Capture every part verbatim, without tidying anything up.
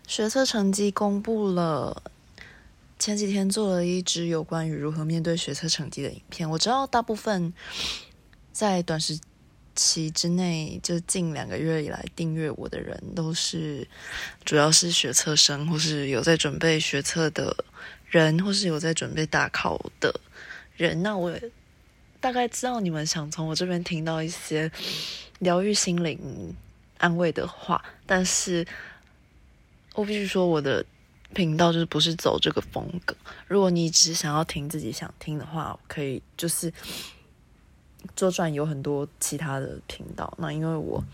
学测成绩公布了，前几天做了一支有关于如何面对学测成绩的影片。我知道大部分在短时期之内，就近两个月以来订阅我的人，都是主要是学测生，或是有在准备学测的人，或是有在准备大考的人。那我也大概知道你们想从我这边听到一些疗愈心灵、安慰的话，但是我必须说，我的频道就是不是走这个风格。如果你只想要听自己想听的话，可以就是周转有很多其他的频道。那因为我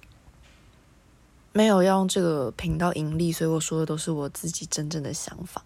没有要用这个频道盈利，所以我说的都是我自己真正的想法。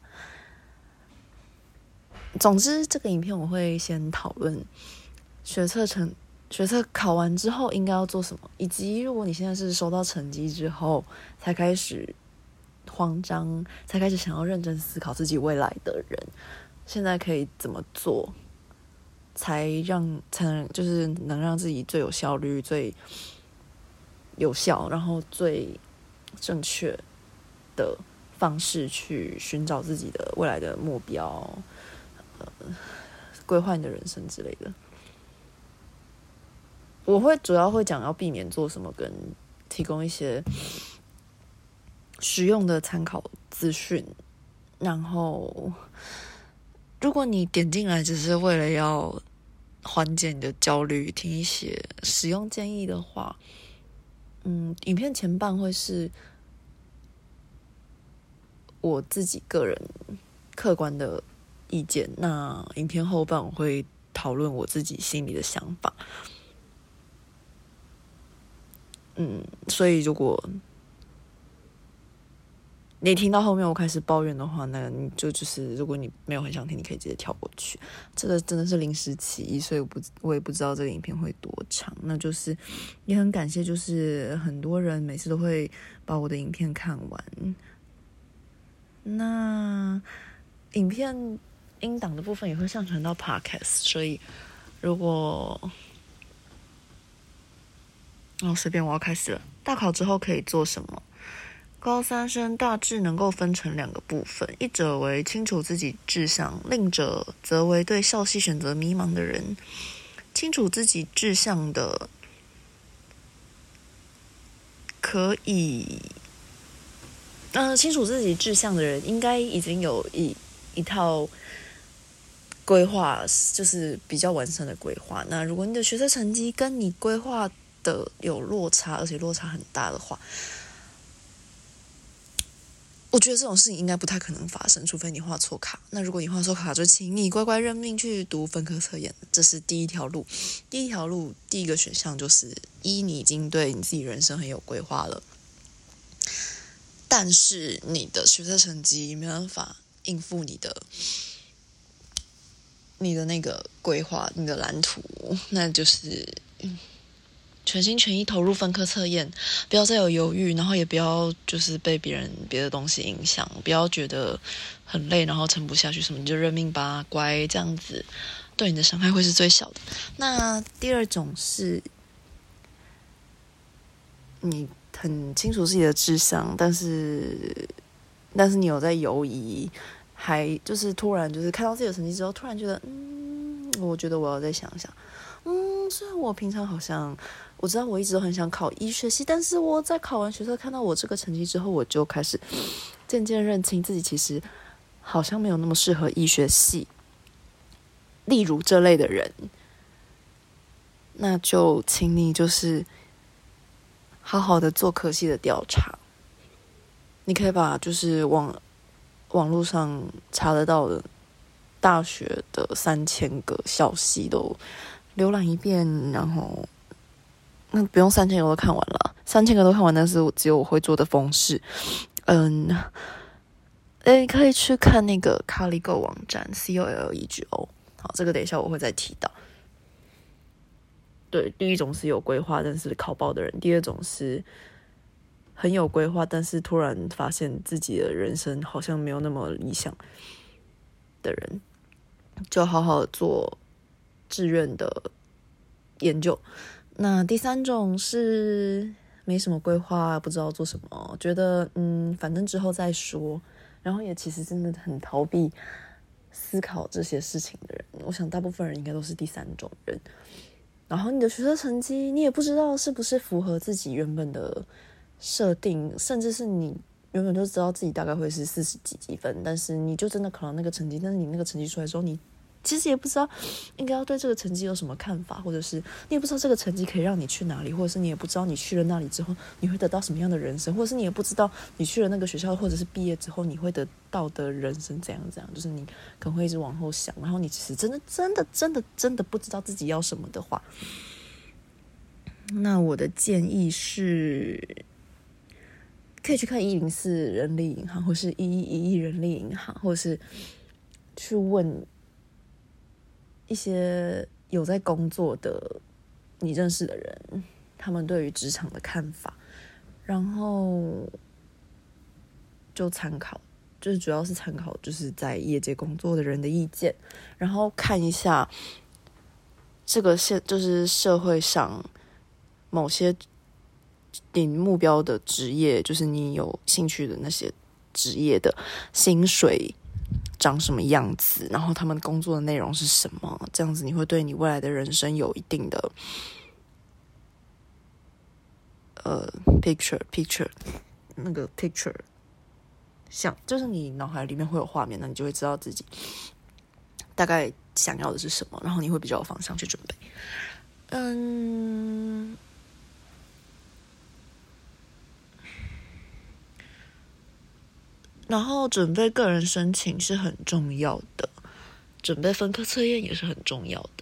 总之，这个影片我会先讨论学测成学测考完之后应该要做什么，以及如果你现在是收到成绩之后才开始慌张，才开始想要认真思考自己未来的人，现在可以怎么做，才让才能就是能让自己最有效率、最有效，然后最正确的方式去寻找自己的未来的目标，呃，规划你的人生之类的。我会主要会讲要避免做什么，跟提供一些实用的参考资讯。然后如果你点进来只是为了要缓解你的焦虑，听一些使用建议的话，嗯，影片前半会是我自己个人客观的意见，那影片后半我会讨论我自己心里的想法。嗯，所以如果你听到后面我开始抱怨的话，那你就就是如果你没有很想听，你可以直接跳过去。这个真的是临时起意，所以我不我也不知道这个影片会多长。那就是也很感谢，就是很多人每次都会把我的影片看完。那影片音档的部分也会上传到 Podcast， 所以如果哦随便我要开始了。大考之后可以做什么？高三生大致能够分成两个部分，一者为清楚自己志向，另者则为对校系选择迷茫的人。清楚自己志向的，可以，呃，清楚自己志向的人应该已经有一一套规划，就是比较完善的规划。那如果你的学测成绩跟你规划的有落差，而且落差很大的话，我觉得这种事情应该不太可能发生，除非你画错卡。那如果你画错卡，就请你乖乖认命去读分科测验，这是第一条路。第一条路，第一个选项就是一，你已经对你自己人生很有规划了，但是你的学测成绩没办法应付你的你的那个规划，你的蓝图，那就是全心全意投入分科测验，不要再有犹豫，然后也不要就是被别人别的东西影响，不要觉得很累，然后撑不下去什么，你就认命吧，乖，这样子对你的伤害会是最小的。那第二种是，你很清楚自己的志向，但是但是你有在犹疑，还就是突然就是看到自己的成绩之后，突然觉得，嗯，我觉得我要再想想。嗯，虽然我平常好像我知道我一直都很想考医学系，但是我在考完学测看到我这个成绩之后，我就开始渐渐认清自己其实好像没有那么适合医学系，例如这类的人，那就请你就是好好的做科系的调查。你可以把就是网网络上查得到的大学的三千个校系都浏览一遍，然后那不用三千个都看完了，三千个都看完，但是我只有我会做的方式。嗯，诶，可以去看那个 Coligo 网站 C O L E G O。好，这个等一下我会再提到。对，第一种是有规划但是考爆的人，第二种是很有规划但是突然发现自己的人生好像没有那么理想的人，就好好做志愿的研究。那第三种是没什么规划，不知道做什么，觉得嗯，反正之后再说。然后也其实真的很逃避思考这些事情的人，我想大部分人应该都是第三种人。然后你的学测成绩，你也不知道是不是符合自己原本的设定，甚至是你原本就知道自己大概会是四十几几分，但是你就真的考到那个成绩，但是你那个成绩出来之后，你其实也不知道应该要对这个成绩有什么看法，或者是你也不知道这个成绩可以让你去哪里，或者是你也不知道你去了那里之后你会得到什么样的人生，或者是你也不知道你去了那个学校或者是毕业之后你会得到的人生怎样怎样，就是你可能会一直往后想，然后你其实真的真的真的真的不知道自己要什么的话，那我的建议是可以去看一零四人力银行，或是一一一一人力银行，或是去问一些有在工作的你认识的人，他们对于职场的看法，然后就参考，就是主要是参考就是在业界工作的人的意见，然后看一下这个现就是社会上某些你目标的职业，就是你有兴趣的那些职业的薪水长什么样子，然后他们工作的内容是什么，这样子你会对你未来的人生有一定的呃 picture picture 那个 picture 像就是你脑海里面会有画面，那你就会知道自己大概想要的是什么，然后你会比较有方向去准备。嗯，然后准备个人申请是很重要的，准备分科测验也是很重要的。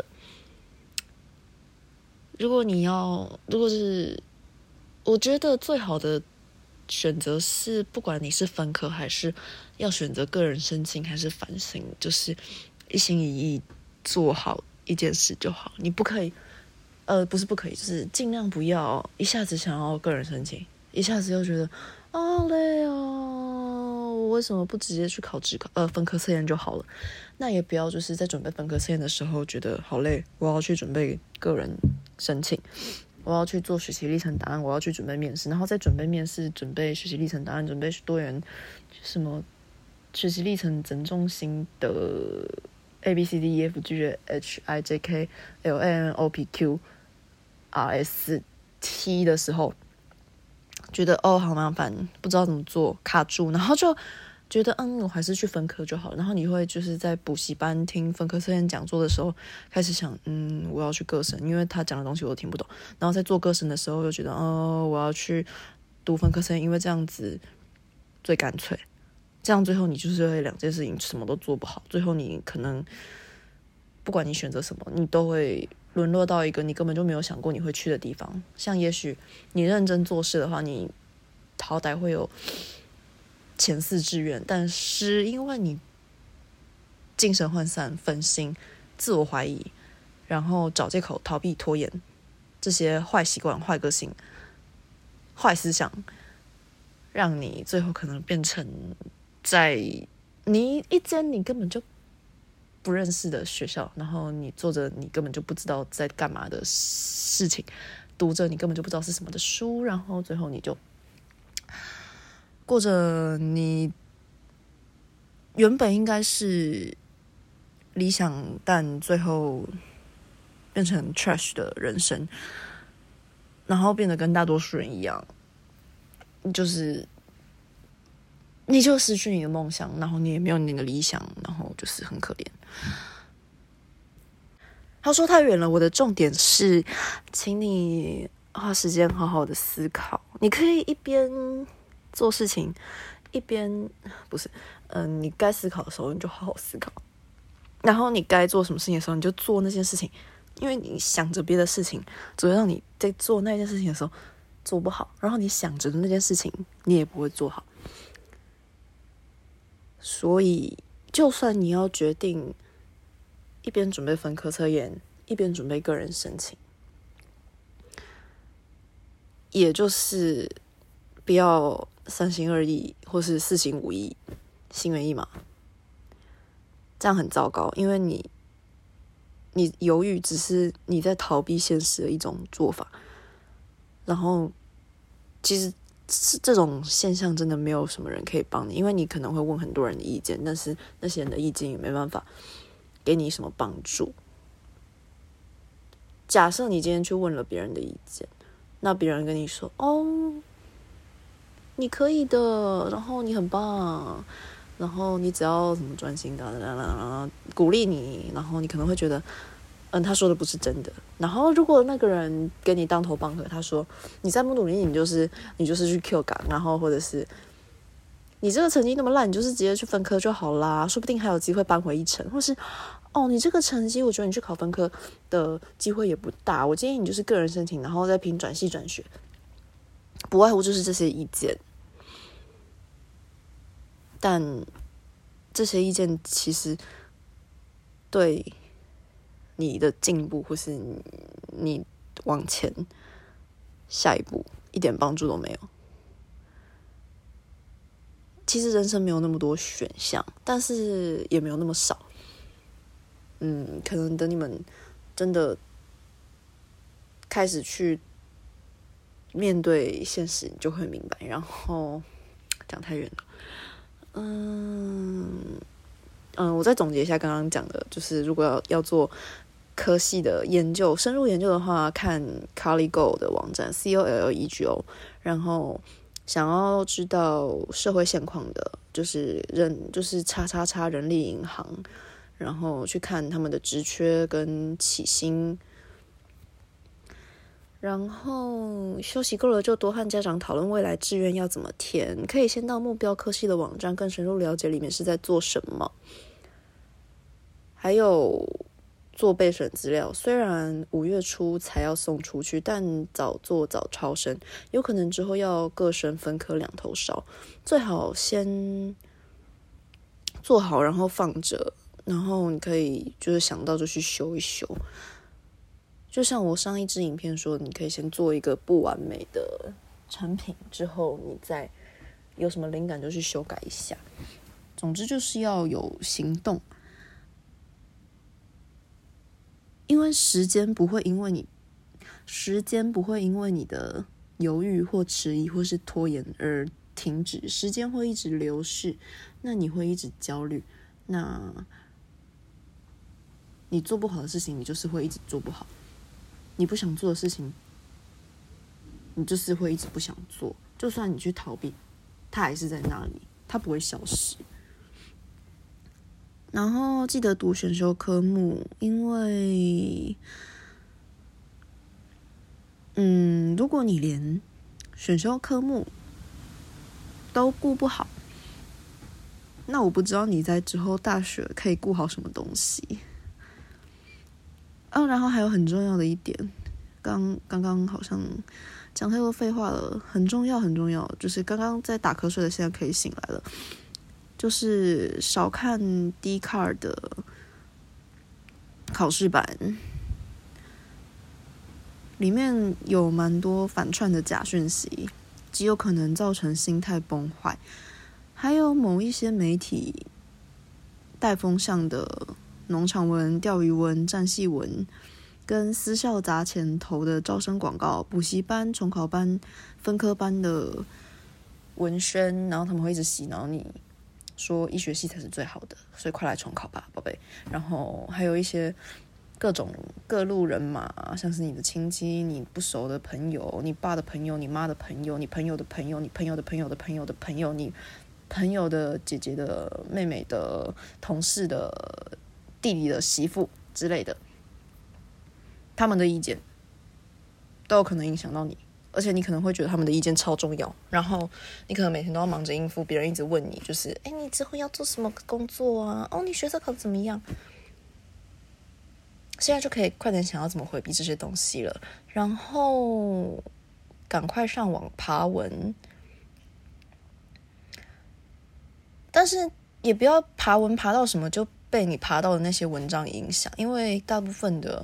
如果你要，如果是，我觉得最好的选择是，不管你是分科还是要选择个人申请还是繁星，就是一心一意做好一件事就好。你不可以，呃，不是不可以，就是尽量不要一下子想要个人申请，一下子又觉得啊好累哦，我为什么不直接去考职考呃分科测验就好了？那也不要就是在准备分科测验的时候觉得好累，我要去准备个人申请，我要去做学习历程档案，我要去准备面试，然后再准备面试，准备学习历程档案，准备多元什么学习历程整中心的 A B C D E F G H I J K L M N O P Q R S T 的时候，觉得哦好麻烦，不知道怎么做，卡住，然后就觉得嗯我还是去分科就好了。然后你会就是在补习班听分科测验讲座的时候开始想嗯我要去个审，因为他讲的东西我都听不懂。然后在做个审的时候又觉得哦我要去读分科测验，因为这样子最干脆。这样最后你就是会两件事情什么都做不好，最后你可能不管你选择什么，你都会沦落到一个你根本就没有想过你会去的地方。像也许你认真做事的话，你好歹会有前四志愿，但是因为你精神涣散、分心、自我怀疑，然后找借口、逃避、拖延，这些坏习惯、坏个性、坏思想，让你最后可能变成在你一间你根本就不认识的学校，然后你做着你根本就不知道在干嘛的事情，读着你根本就不知道是什么的书，然后最后你就过着你原本应该是理想但最后变成 trash 的人生，然后变得跟大多数人一样，就是你就失去你的梦想，然后你也没有你的理想，然后就是很可怜。他说太远了，我的重点是请你花时间好好的思考，你可以一边做事情一边不是嗯、呃，你该思考的时候你就好好思考，然后你该做什么事情的时候你就做那件事情，因为你想着别的事情只会让你在做那件事情的时候做不好，然后你想着的那件事情你也不会做好。所以就算你要决定一边准备分科测验一边准备个人申请，也就是不要三心二意或是四心五意心猿意马，这样很糟糕，因为你你犹豫只是你在逃避现实的一种做法，然后其实这种现象真的没有什么人可以帮你，因为你可能会问很多人的意见，但是那些人的意见也没办法给你什么帮助。假设你今天去问了别人的意见，那别人跟你说哦，你可以的，然后你很棒，然后你只要什么专心的鼓励你，然后你可能会觉得嗯，他说的不是真的。然后如果那个人跟你当头棒喝，他说你再不努力，你就是你就是去 Q 岗，然后或者是你这个成绩那么烂，你就是直接去分科就好啦，说不定还有机会扳回一城，或是哦，你这个成绩，我觉得你去考分科的机会也不大，我建议你就是个人申请，然后再拼转系转学，不外乎就是这些意见。但这些意见其实对你的进步或是你, 你往前下一步一点帮助都没有。其实人生没有那么多选项，但是也没有那么少。嗯，可能等你们真的开始去面对现实，你就会明白。然后讲太远了，嗯嗯，我再总结一下刚刚讲的，就是如果要要做科系的研究，深入研究的话，看 ColleGo 的网站 C O L L E G O， 然后想要知道社会现况的，就是人就是叉叉叉人力银行，然后去看他们的职缺跟起薪。然后休息够了就多和家长讨论未来志愿要怎么填，可以先到目标科系的网站更深入了解里面是在做什么。还有做备审资料，虽然五月初才要送出去，但早做早超生，有可能之后要各生分科两头烧，最好先做好，然后放着，然后你可以就是想到就去修一修。就像我上一支影片说，你可以先做一个不完美的产品，之后你再有什么灵感就去修改一下。总之就是要有行动，因为时间不会因为你时间不会因为你的犹豫或迟疑或是拖延而停止，时间会一直流逝，那你会一直焦虑，那你做不好的事情，你就是会一直做不好。你不想做的事情，你就是会一直不想做，就算你去逃避，它还是在那里，它不会消失。然后记得读选修科目，因为嗯，如果你连选修科目都顾不好，那我不知道你在之后大学可以顾好什么东西。哦，然后还有很重要的一点，刚刚刚好像讲太多废话了，很重要很重要，就是刚刚在打瞌睡的现在可以醒来了，就是少看 D 卡 的考试版，里面有蛮多反串的假讯息，极有可能造成心态崩坏，还有某一些媒体带风向的农场文、钓鱼文、战系文，跟私校砸钱投的招生广告、补习班、重考班、分科班的文宣，然后他们会一直洗脑你说医学系才是最好的，所以快来重考吧，宝贝。然后还有一些各种各路人马，像是你的亲戚、你不熟的朋友、你爸的朋友、你妈的朋友、你朋友的朋友、你朋友的朋友的朋友的朋友、你朋友的姐姐的妹妹的同事的弟弟的媳妇之类的，他们的意见都有可能影响到你，而且你可能会觉得他们的意见超重要，然后你可能每天都要忙着应付别人一直问你，就是哎，你之后要做什么工作啊？哦，你学测考得怎么样？现在就可以快点想要怎么回避这些东西了，然后赶快上网爬文，但是也不要爬文爬到什么就被你爬到的那些文章影响，因为大部分的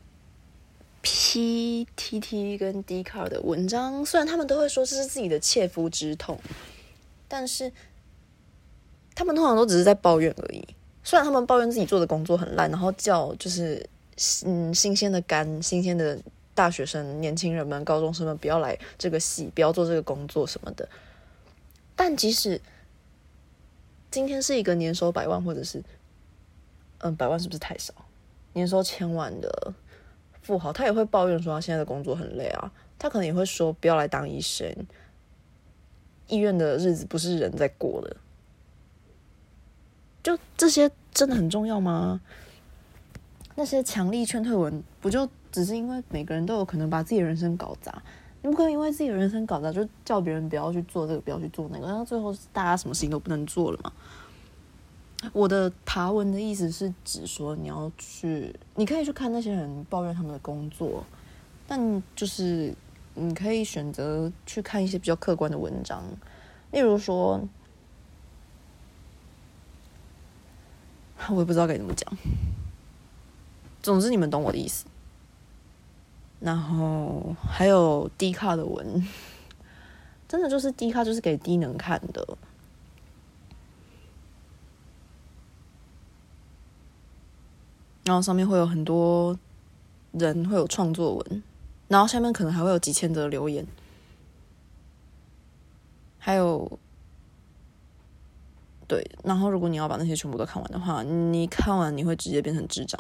P T T 跟 D 卡 的文章，虽然他们都会说这是自己的切肤之痛，但是他们通常都只是在抱怨而已。虽然他们抱怨自己做的工作很烂，然后叫就是嗯新鲜的肝、新鲜的大学生、年轻人们、高中生们不要来这个系，不要做这个工作什么的。但即使今天是一个年收百万，或者是嗯百万是不是太少？年收千万的富豪，他也会抱怨说他现在的工作很累啊。他可能也会说不要来当医生，医院的日子不是人在过的。就这些真的很重要吗？那些强力劝退文不就只是因为每个人都有可能把自己的人生搞砸，你不可以因为自己的人生搞砸就叫别人不要去做这个，不要去做那个，那最后大家什么事情都不能做了嘛。我的爬文的意思是指说，你要去，你可以去看那些人抱怨他们的工作，但就是你可以选择去看一些比较客观的文章，例如说，我也不知道该怎么讲，总之你们懂我的意思。然后还有低卡的文，真的就是低卡就是给低能看的。然后上面会有很多人会有创作文，然后下面可能还会有几千则留言，还有对，然后如果你要把那些全部都看完的话，你看完你会直接变成智障。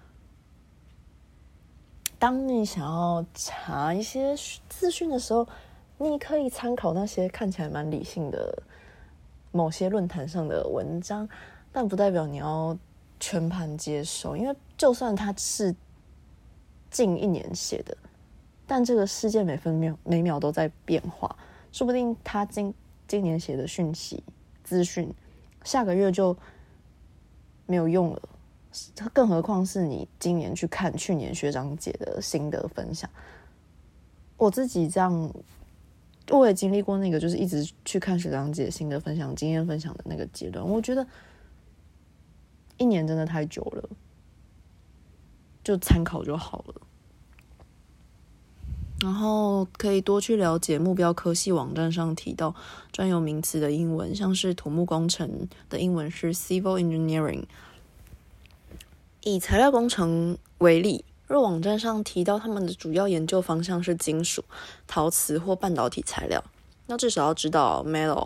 当你想要查一些资讯的时候，你可以参考那些看起来蛮理性的某些论坛上的文章，但不代表你要全盘接受，因为就算它是近一年写的，但这个世界每分秒每秒都在变化，说不定他今今年写的讯息资讯，下个月就没有用了。更何况是你今年去看去年学长姐的心得分享。我自己这样，我也经历过那个，就是一直去看学长姐心得分享、经验分享的那个阶段。我觉得一年真的太久了，就参考就好了。然后可以多去了解目标科系网站上提到专有名词的英文，像是土木工程的英文是 Civil Engineering。以材料工程为例，若网站上提到他们的主要研究方向是金属、陶瓷或半导体材料，那至少要知道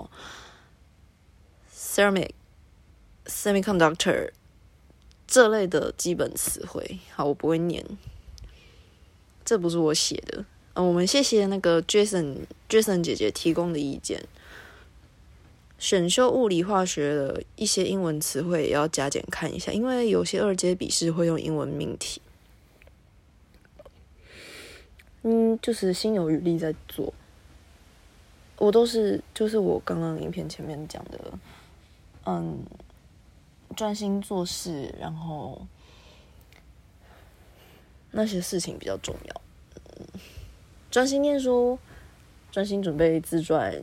metal、ceramic、semiconductor 这类的基本词汇。好，我不会念，这不是我写的。嗯，我们谢谢那个 Jason Jason 姐姐提供的意见。选修物理化学的一些英文词汇也要加减看一下，因为有些二阶笔试会用英文命题。嗯，就是心有余力在做。我都是就是我刚刚影片前面讲的，嗯，专心做事，然后那些事情比较重要。嗯，专心念书，专心准备自传。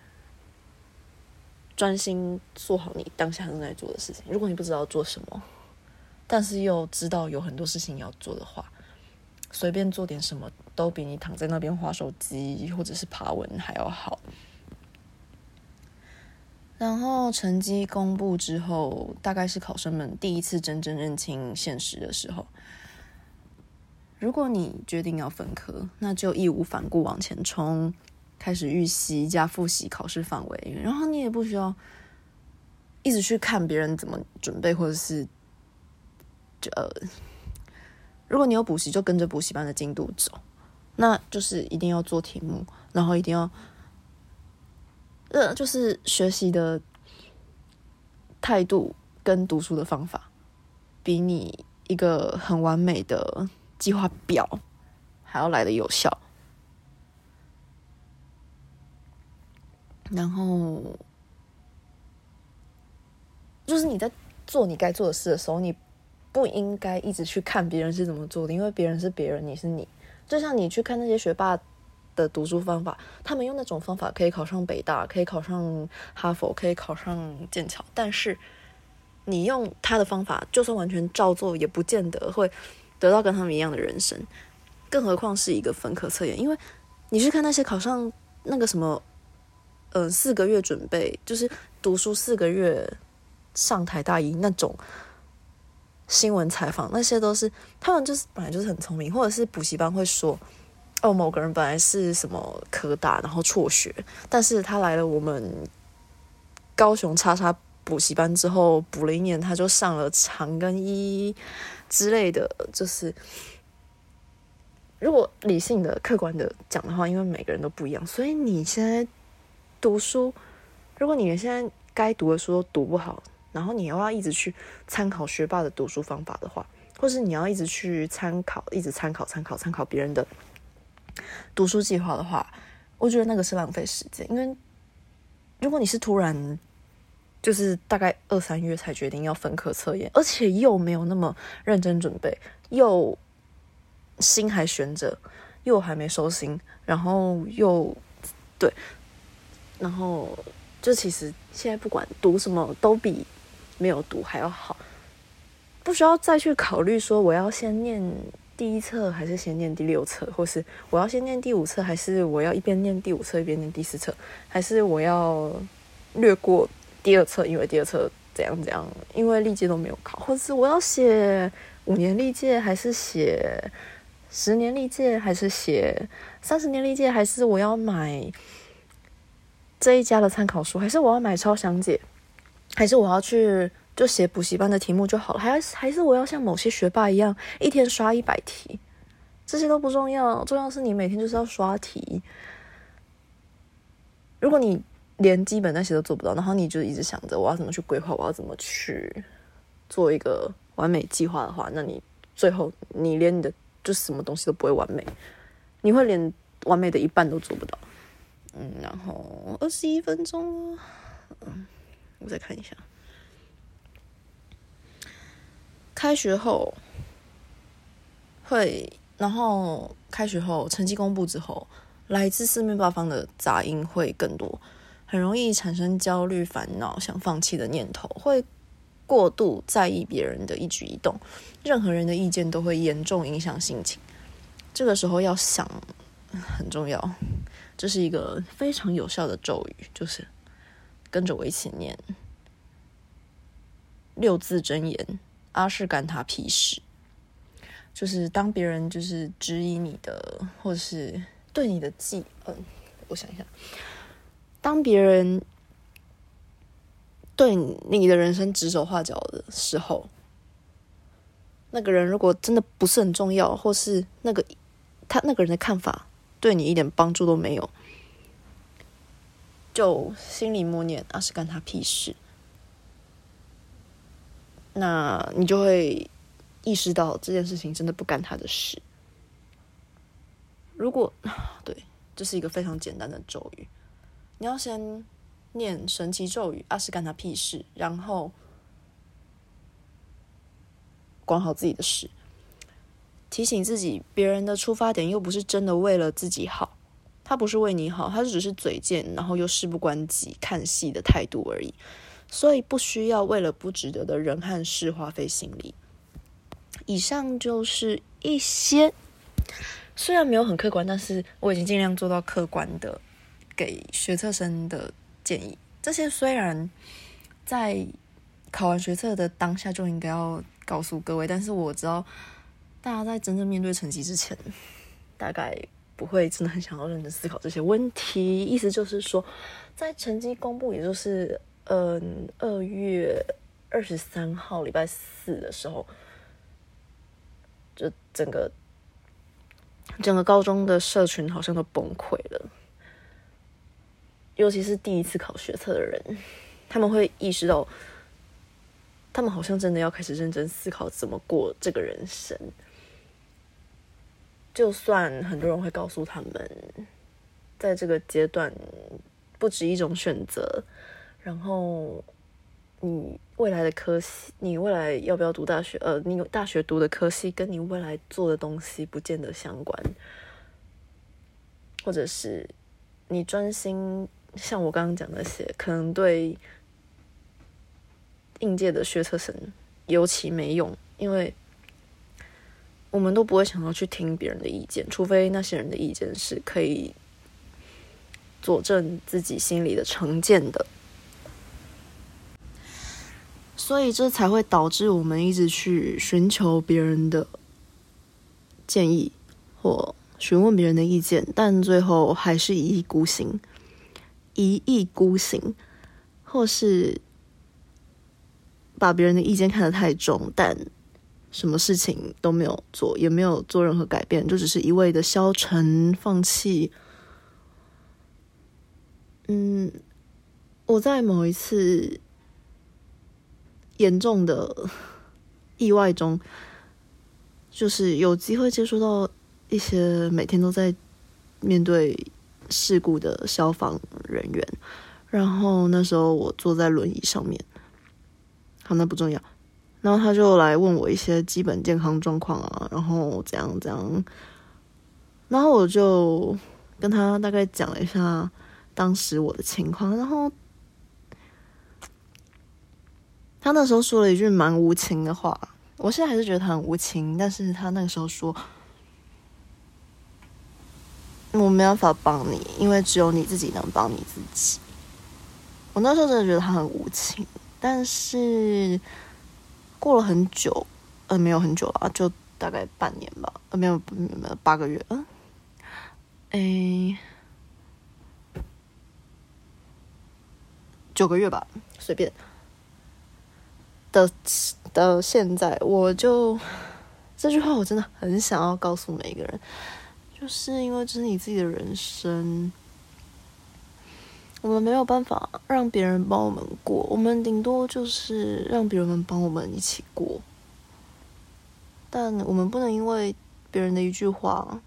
专心做好你当下正在做的事情。如果你不知道做什么，但是又知道有很多事情要做的话，随便做点什么都比你躺在那边滑手机或者是爬文还要好。然后成绩公布之后，大概是考生们第一次真正认清现实的时候。如果你决定要分科，那就义无反顾往前冲，开始预习加复习考试范围，然后你也不需要一直去看别人怎么准备，或者是呃，如果你有补习，就跟着补习班的进度走，那就是一定要做题目，然后一定要呃，就是学习的态度跟读书的方法，比你一个很完美的计划表还要来的有效。然后就是你在做你该做的事的时候，你不应该一直去看别人是怎么做的，因为别人是别人，你是你。就像你去看那些学霸的读书方法，他们用那种方法可以考上北大，可以考上哈佛，可以考上剑桥，但是你用他的方法，就算完全照做，也不见得会得到跟他们一样的人生。更何况是一个分科测验，因为你去看那些考上那个什么呃，四个月准备，就是读书四个月上台大一那种新闻采访，那些都是他们就是本来就是很聪明，或者是补习班会说哦，某个人本来是什么科大，然后辍学，但是他来了我们高雄叉叉补习班之后，补了一年，他就上了长庚医之类的。就是如果理性的、客观的讲的话，因为每个人都不一样，所以你现在读书，如果你现在该读的书都读不好，然后你又要一直去参考学霸的读书方法的话，或是你要一直去参考、一直参考、参考、参考别人的读书计划的话，我觉得那个是浪费时间。因为如果你是突然就是大概二三月才决定要分科测验，而且又没有那么认真准备，又心还悬着，又还没收心，然后又对，然后就其实现在不管读什么都比没有读还要好，不需要再去考虑说我要先念第一册还是先念第六册，或是我要先念第五册还是我要一边念第五册一边念第四册，还是我要略过第二册，因为第二册怎样怎样，因为历届都没有考，或是我要写五年历届还是写十年历届，还是写三十年历届，还是我要买这一家的参考书，还是我要买超详解，还是我要去就写补习班的题目就好了，还还是我要像某些学霸一样一天刷一百题，这些都不重要，重要是你每天就是要刷题。如果你连基本那些都做不到，然后你就一直想着我要怎么去规划，我要怎么去做一个完美计划的话，那你最后你连你的就什么东西都不会完美，你会连完美的一半都做不到。嗯，然后二十一分钟，嗯，我再看一下。开学后会，然后开学后成绩公布之后，来自四面八方的杂音会更多，很容易产生焦虑、烦恼、想放弃的念头，会过度在意别人的一举一动，任何人的意见都会严重影响心情。这个时候要想很重要，这是一个非常有效的咒语，就是跟着我一起念六字真言：阿是干他屁事。就是当别人就是质疑你的，或是对你的记，嗯，我想一下，当别人对你的人生指手画脚的时候，那个人如果真的不是很重要，或是那个他那个人的看法对你一点帮助都没有，就心里默念：阿是干他屁事。那你就会意识到这件事情真的不干他的事。如果对，这是一个非常简单的咒语，你要先念神奇咒语：阿是干他屁事，然后管好自己的事，提醒自己，别人的出发点又不是真的为了自己好，他不是为你好，他只是嘴贱，然后又事不关己看戏的态度而已。所以不需要为了不值得的人和事花费心力。以上就是一些虽然没有很客观，但是我已经尽量做到客观的给学测生的建议。这些虽然在考完学测的当下就应该要告诉各位，但是我知道大家在真正面对成绩之前，大概不会真的很想要认真思考这些问题。意思就是说，在成绩公布，也就是嗯二月二十三号礼拜四的时候，就整个整个高中的社群好像都崩溃了，尤其是第一次考学测的人，他们会意识到，他们好像真的要开始认真思考怎么过这个人生。就算很多人会告诉他们，在这个阶段不止一种选择，然后你未来的科系，你未来要不要读大学，呃，你大学读的科系跟你未来做的东西不见得相关，或者是你专心像我刚刚讲那些，可能对应届的学测生尤其没用，因为我们都不会想要去听别人的意见，除非那些人的意见是可以佐证自己心里的成见的。所以这才会导致我们一直去寻求别人的建议或询问别人的意见，但最后还是一意孤行，一意孤行，或是把别人的意见看得太重，但什么事情都没有做，也没有做任何改变，就只是一味的消沉放弃。嗯，我在某一次严重的意外中，就是有机会接触到一些每天都在面对事故的消防人员，然后那时候我坐在轮椅上面，好，那不重要。然后他就来问我一些基本健康状况啊，然后怎样怎样，然后我就跟他大概讲了一下当时我的情况，然后他那时候说了一句蛮无情的话，我现在还是觉得他很无情，但是他那个时候说，我没办法帮你，因为只有你自己能帮你自己。我那时候真的觉得他很无情，但是过了很久，呃，没有很久啦，就大概半年吧，呃，没有，没有，没有，八个月，嗯，诶，九个月吧，随便。的的现在，我就这句话我真的很想要告诉每一个人，就是因为这是你自己的人生，我们没有办法让别人帮我们过，我们顶多就是让别人帮我们一起过，但我们不能因为别人的一句话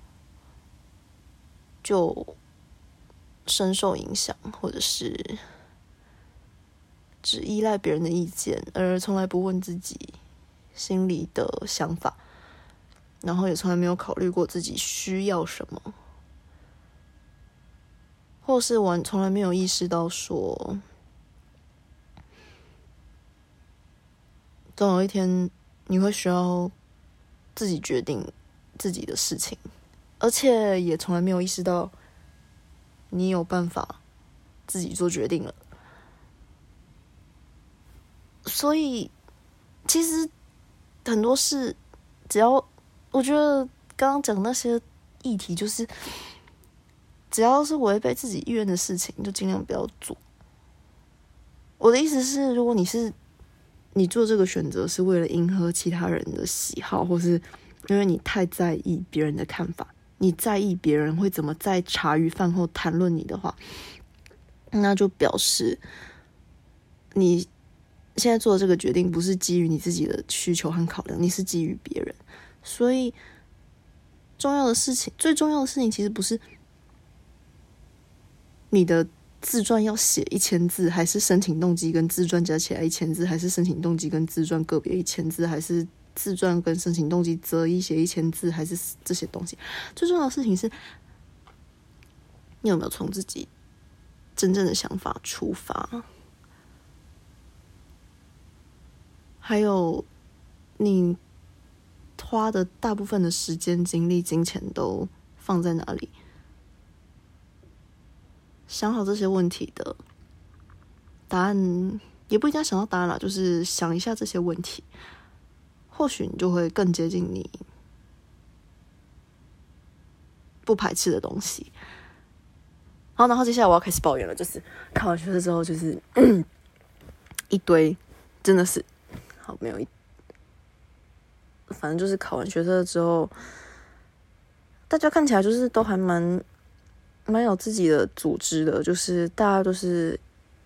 就深受影响，或者是只依赖别人的意见，而从来不问自己心里的想法，然后也从来没有考虑过自己需要什么，或是我从来没有意识到说，总有一天你会需要自己决定自己的事情，而且也从来没有意识到你有办法自己做决定了。所以其实很多事，只要我觉得刚刚讲那些议题，就是只要是违背自己意愿的事情，就尽量不要做。我的意思是，如果你是你做这个选择是为了迎合其他人的喜好，或是因为你太在意别人的看法，你在意别人会怎么在茶余饭后谈论你的话，那就表示你现在做的这个决定不是基于你自己的需求和考量，你是基于别人。所以重要的事情，最重要的事情其实不是你的自传要写一千字，还是申请动机跟自传加起来一千字，还是申请动机跟自传个别一千字，还是自传跟申请动机择一写一千字，还是这些东西。最重要的事情是，你有没有从自己真正的想法出发，还有你花的大部分的时间、精力、金钱都放在哪里？想好这些问题的答案，也不一定要想到答案啦，就是想一下这些问题，或许你就会更接近你不排斥的东西。好，然后接下来我要开始抱怨了，就是考完学测之后，就是一堆，真的是好没有一，反正就是考完学测之后，大家看起来就是都还蛮蛮有自己的组织的，就是大家都是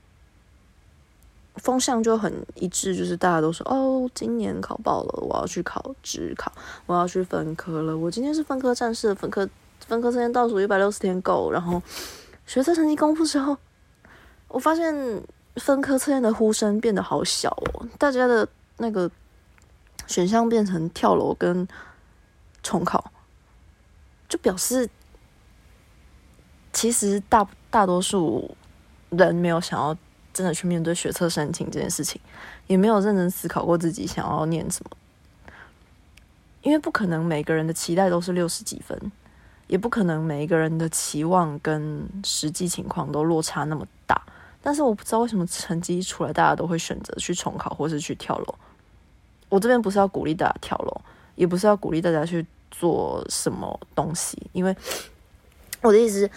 风向就很一致，就是大家都说哦，今年考爆了，我要去考指考，我要去分科了，我今天是分科战士，分科分科测验倒数一百六十天够，然后学测成绩公布之后，我发现分科测验的呼声变得好小哦，大家的那个选项变成跳楼跟重考，就表示其实大大多数人没有想要真的去面对学测申请这件事情，也没有认真思考过自己想要念什么，因为不可能每个人的期待都是六十几分，也不可能每一个人的期望跟实际情况都落差那么大。但是我不知道为什么成绩出来，大家都会选择去重考或是去跳楼。我这边不是要鼓励大家跳楼，也不是要鼓励大家去做什么东西。因为我的意思是，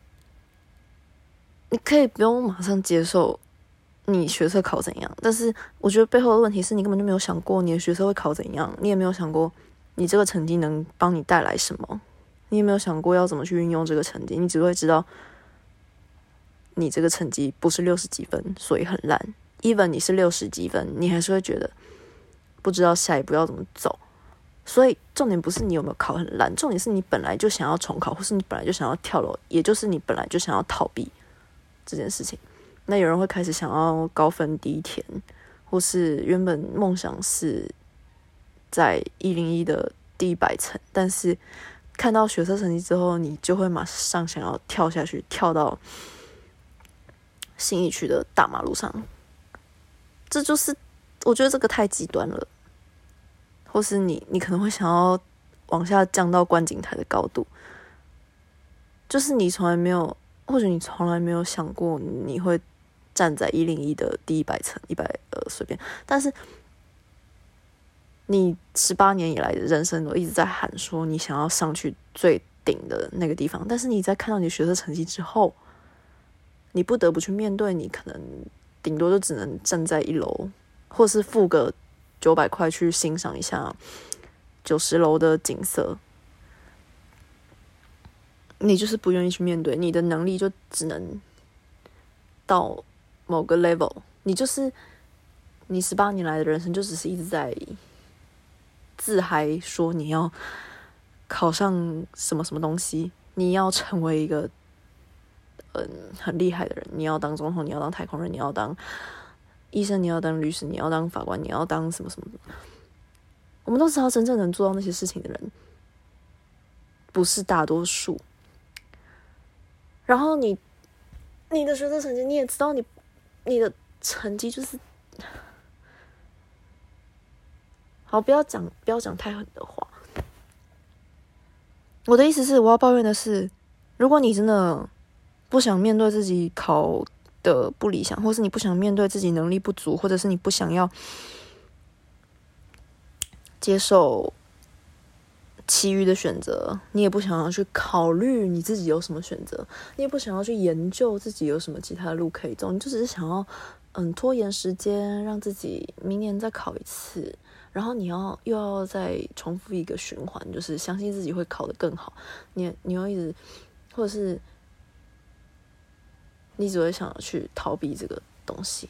你可以不用马上接受你学测考怎样，但是我觉得背后的问题是你根本就没有想过你的学测会考怎样，你也没有想过你这个成绩能帮你带来什么，你也没有想过要怎么去运用这个成绩，你只会知道你这个成绩不是六十几分，所以很烂。even 你是六十几分，你还是会觉得不知道下一步要怎么走。所以重点不是你有没有考很烂，重点是你本来就想要重考，或是你本来就想要跳楼，也就是你本来就想要逃避这件事情。那有人会开始想要高分低填，或是原本梦想是在一零一的第一百层，但是看到学测成绩之后，你就会马上想要跳下去，跳到信义区的大马路上。这就是我觉得这个太极端了，或是你你可能会想要往下降到观景台的高度，就是你从来没有，或许你从来没有想过你会站在一零一的第一百层，一百呃随便，但是你十八年以来的人生都一直在喊说你想要上去最顶的那个地方，但是你在看到你学测成绩之后，你不得不去面对，你可能顶多就只能站在一楼，或是付个九百块去欣赏一下九十楼的景色。你就是不愿意去面对，你的能力就只能到某个 level， 你就是你十八年来的人生就只是一直在自嗨说你要考上什么什么东西，你要成为一个嗯很厉害的人，你要当总统，你要当太空人，你要当医生，你要当律师，你要当法官，你要当什么什么。我们都知道真正能做到那些事情的人不是大多数。然后你你的学测成绩，你也知道你你的成绩就是好，不要讲不要讲太狠的话。我的意思是，我要抱怨的是，如果你真的不想面对自己考的不理想，或是你不想面对自己能力不足，或者是你不想要接受其余的选择，你也不想要去考虑你自己有什么选择，你也不想要去研究自己有什么其他的路可以走，你就只是想要嗯拖延时间，让自己明年再考一次，然后你要又要再重复一个循环，就是相信自己会考得更好，你你又一直或者是你只会想要去逃避这个东西。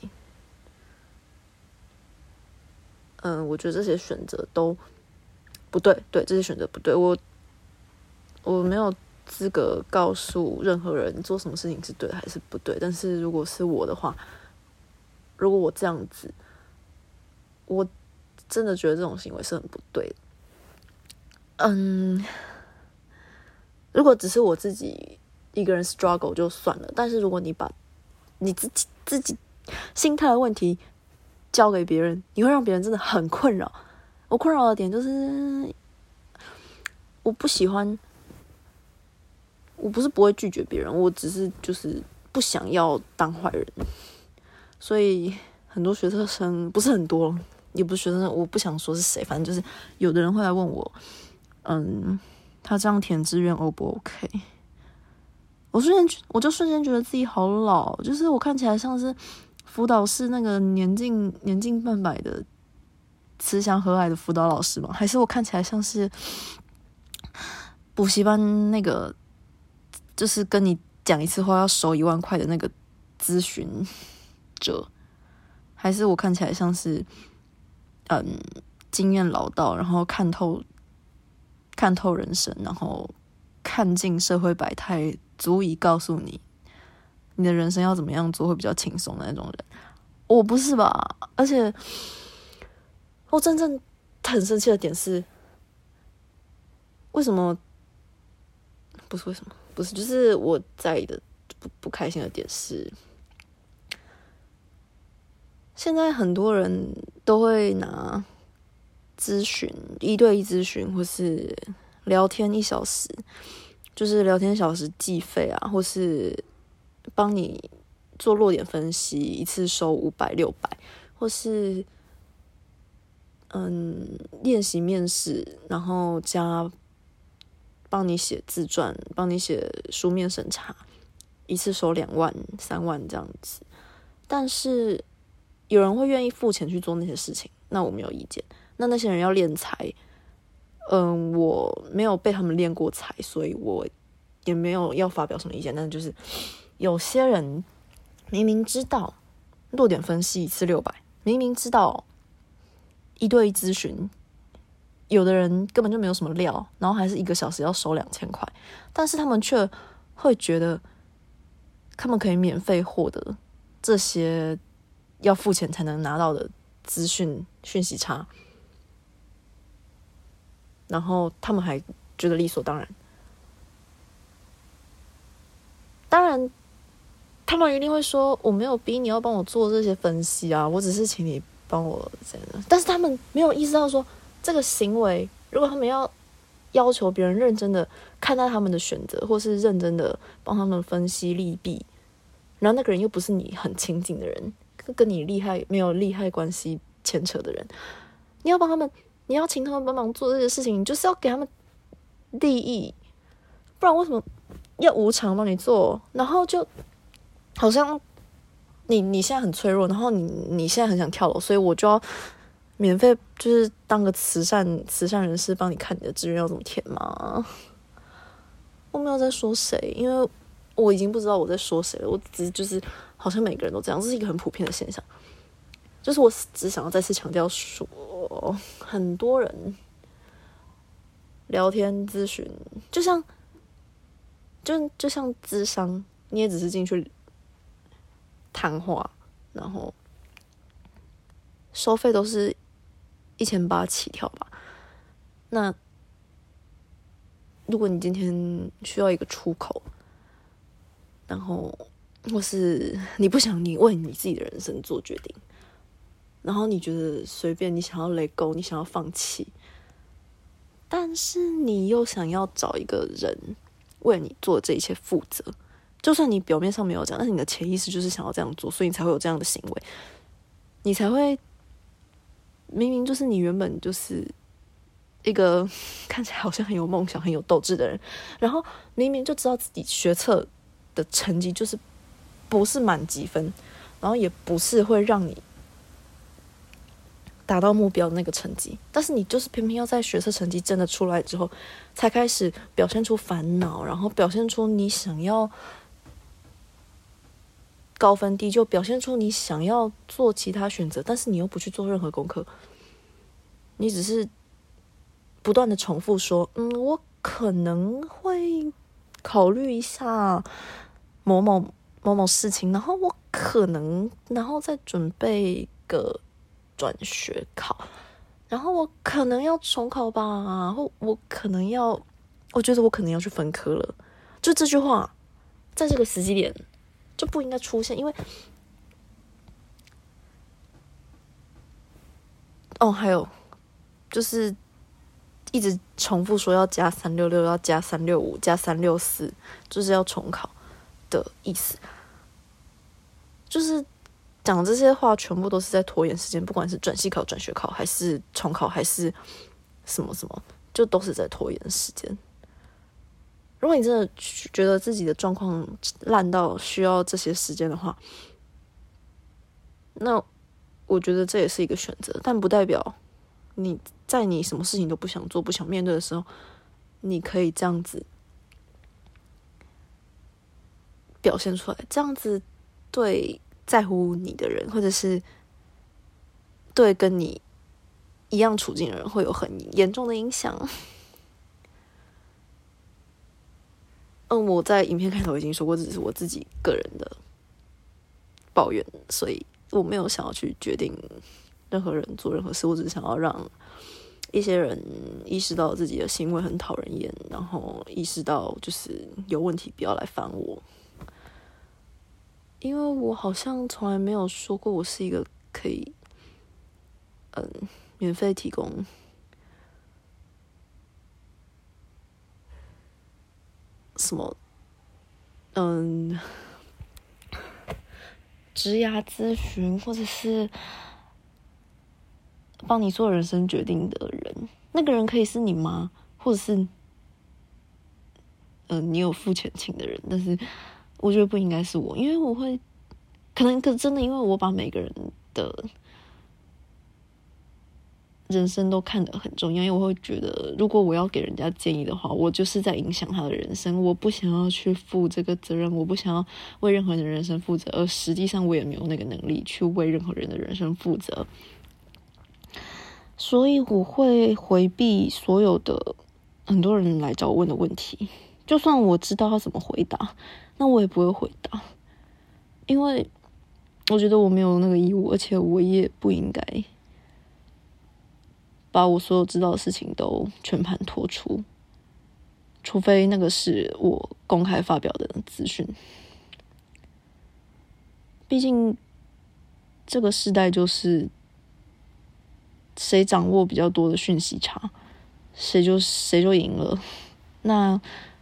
嗯，我觉得这些选择都不对，对，这些选择不对。我我没有资格告诉任何人做什么事情是对还是不对。但是如果是我的话，如果我这样子，我真的觉得这种行为是很不对的。嗯，如果只是我自己一个人 struggle 就算了，但是如果你把你自己自己心态的问题交给别人，你会让别人真的很困扰。我困扰的点就是，我不喜欢，我不是不会拒绝别人，我只是就是不想要当坏人。所以很多学测生，不是很多，也不是学生，我不想说是谁，反正就是有的人会来问我，嗯，他这样填志愿 O 不 OK？ 我瞬间我就瞬间觉得自己好老，就是我看起来像是辅导室那个年近年近半百的慈祥和蔼的辅导老师吗？还是我看起来像是补习班那个，就是跟你讲一次话要收一万块的那个咨询者？还是我看起来像是嗯经验老道，然后看透看透人生，然后看尽社会百态，足以告诉你你的人生要怎么样做会比较轻松的那种人？我不是吧？而且我真正很生气的点是，为什么？不是为什么？不是，就是我在意的不不开心的点是，现在很多人都会拿咨询一对一咨询，或是聊天一小时，就是聊天小时计费啊，或是帮你做落点分析，一次收五百六百，或是嗯练习面试，然后加帮你写自传，帮你写书面审查，一次收两万、三万这样子。但是有人会愿意付钱去做那些事情，那我没有意见。那那些人要练才，嗯，我没有被他们练过才，所以我也没有要发表什么意见。但是就是有些人明明知道落点分析一次六百，明明知道一对一咨询，有的人根本就没有什么料，然后还是一个小时要收两千块，但是他们却会觉得他们可以免费获得这些要付钱才能拿到的资讯讯息差，然后他们还觉得理所当然。当然他们一定会说我没有逼你要帮我做这些分析啊，我只是请你帮我这样的。但是他们没有意识到说这个行为，如果他们要要求别人认真的看待他们的选择，或是认真的帮他们分析利弊，然后那个人又不是你很亲近的人，跟你厉害没有利害关系牵扯的人，你要帮他们，你要请他们帮忙做这些事情，你就是要给他们利益，不然为什么要无偿帮你做？然后就好像你你现在很脆弱，然后你你现在很想跳楼，所以我就要免费就是当个慈善慈善人士，帮你看你的志愿要怎么填吗？我没有在说谁，因为我已经不知道我在说谁了。我只是就是好像每个人都这样，这是一个很普遍的现象。就是我只想要再次强调说，很多人聊天咨询，就像就就像咨商，你也只是进去谈话，然后收费都是一千八起跳吧。那如果你今天需要一个出口，然后或是你不想你为你自己的人生做决定，然后你觉得随便，你想要 let go， 你想要放弃，但是你又想要找一个人为你做这一切负责，就算你表面上没有讲，但是你的潜意识就是想要这样做，所以你才会有这样的行为，你才会明明就是你原本就是一个看起来好像很有梦想很有斗志的人，然后明明就知道自己学测的成绩就是不是满级分，然后也不是会让你达到目标的那个成绩，但是你就是偏偏要在学测成绩真的出来之后才开始表现出烦恼，然后表现出你想要高分低就，表现出你想要做其他选择，但是你又不去做任何功课，你只是不断的重复说嗯，我可能会考虑一下某某某某事情，然后我可能然后再准备个转学考，然后我可能要重考吧，或我可能要我觉得我可能要去分科了，就这句话在这个时机点就不应该出现。因为哦还有就是一直重复说要加三六六，要加三六五，加三六四，就是要重考的意思，就是讲这些话全部都是在拖延时间，不管是转系考、转学考，还是重考，还是什么什么，就都是在拖延时间。如果你真的觉得自己的状况烂到需要这些时间的话，那我觉得这也是一个选择，但不代表你在你什么事情都不想做、不想面对的时候，你可以这样子表现出来，这样子对在乎你的人，或者是对跟你一样处境的人会有很严重的影响。嗯，我在影片开头已经说过，这只是我自己个人的抱怨，所以我没有想要去决定任何人做任何事，我只是想要让一些人意识到自己的行为很讨人厌，然后意识到就是有问题不要来烦我。因为我好像从来没有说过我是一个可以嗯免费提供什么嗯职涯咨询或者是帮你做人生决定的人。那个人可以是你妈，或者是呃，你有付钱请的人，但是我觉得不应该是我，因为我会可能可真的因为我把每个人的人生都看得很重要，因为我会觉得如果我要给人家建议的话，我就是在影响他的人生，我不想要去负这个责任，我不想要为任何人的人生负责，而实际上我也没有那个能力去为任何人的人生负责，所以我会回避所有的很多人来找我问的问题，就算我知道要怎么回答，那我也不会回答，因为我觉得我没有那个义务，而且我也不应该把我所有知道的事情都全盘托出，除非那个是我公开发表的资讯。毕竟这个时代就是谁掌握比较多的讯息差，谁就谁就赢了。那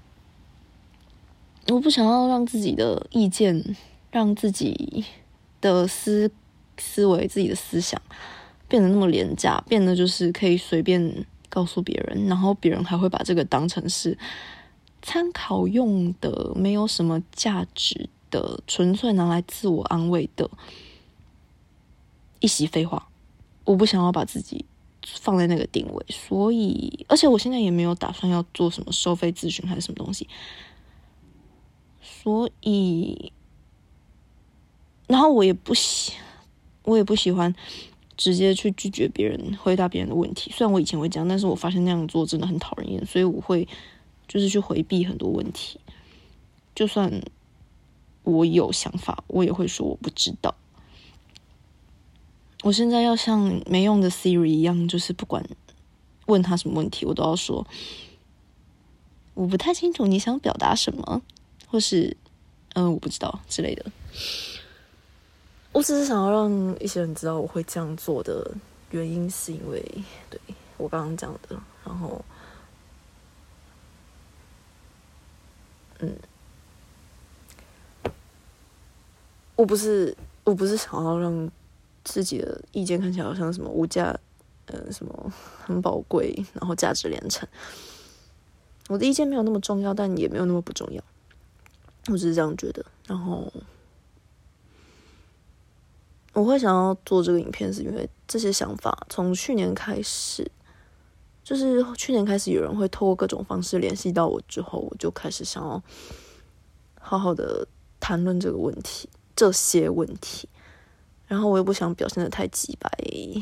我不想要让自己的意见，让自己的思思维、自己的思想变得那么廉价，变得就是可以随便告诉别人，然后别人还会把这个当成是参考用的，没有什么价值的，纯粹拿来自我安慰的一席废话。我不想要把自己放在那个定位，所以而且我现在也没有打算要做什么收费咨询还是什么东西，所以然后我也不喜我也不喜欢直接去拒绝别人回答别人的问题，虽然我以前会这样，但是我发现那样做真的很讨人厌，所以我会就是去回避很多问题，就算我有想法我也会说我不知道。我现在要像没用的 Siri 一样，就是不管问他什么问题我都要说我不太清楚你想表达什么，或是嗯、呃、我不知道之类的。我只是想要让一些人知道我会这样做的原因，是因为对我刚刚讲的，然后嗯，我不是我不是想要让自己的意见看起来好像什么无价，呃，什么很宝贵，然后价值连城。我的意见没有那么重要，但也没有那么不重要，我只是这样觉得。然后我会想要做这个影片，是因为这些想法从去年开始，就是去年开始有人会透过各种方式联系到我之后，我就开始想要好好的谈论这个问题，这些问题。然后我又不想表现得太直白，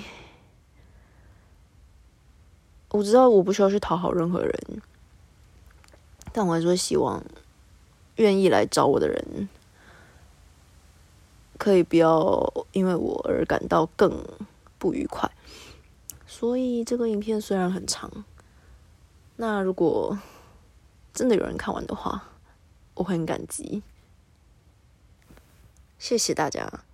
我知道我不需要去讨好任何人，但我还是会希望愿意来找我的人可以不要因为我而感到更不愉快。所以这个影片虽然很长，那如果真的有人看完的话，我会很感激。谢谢大家。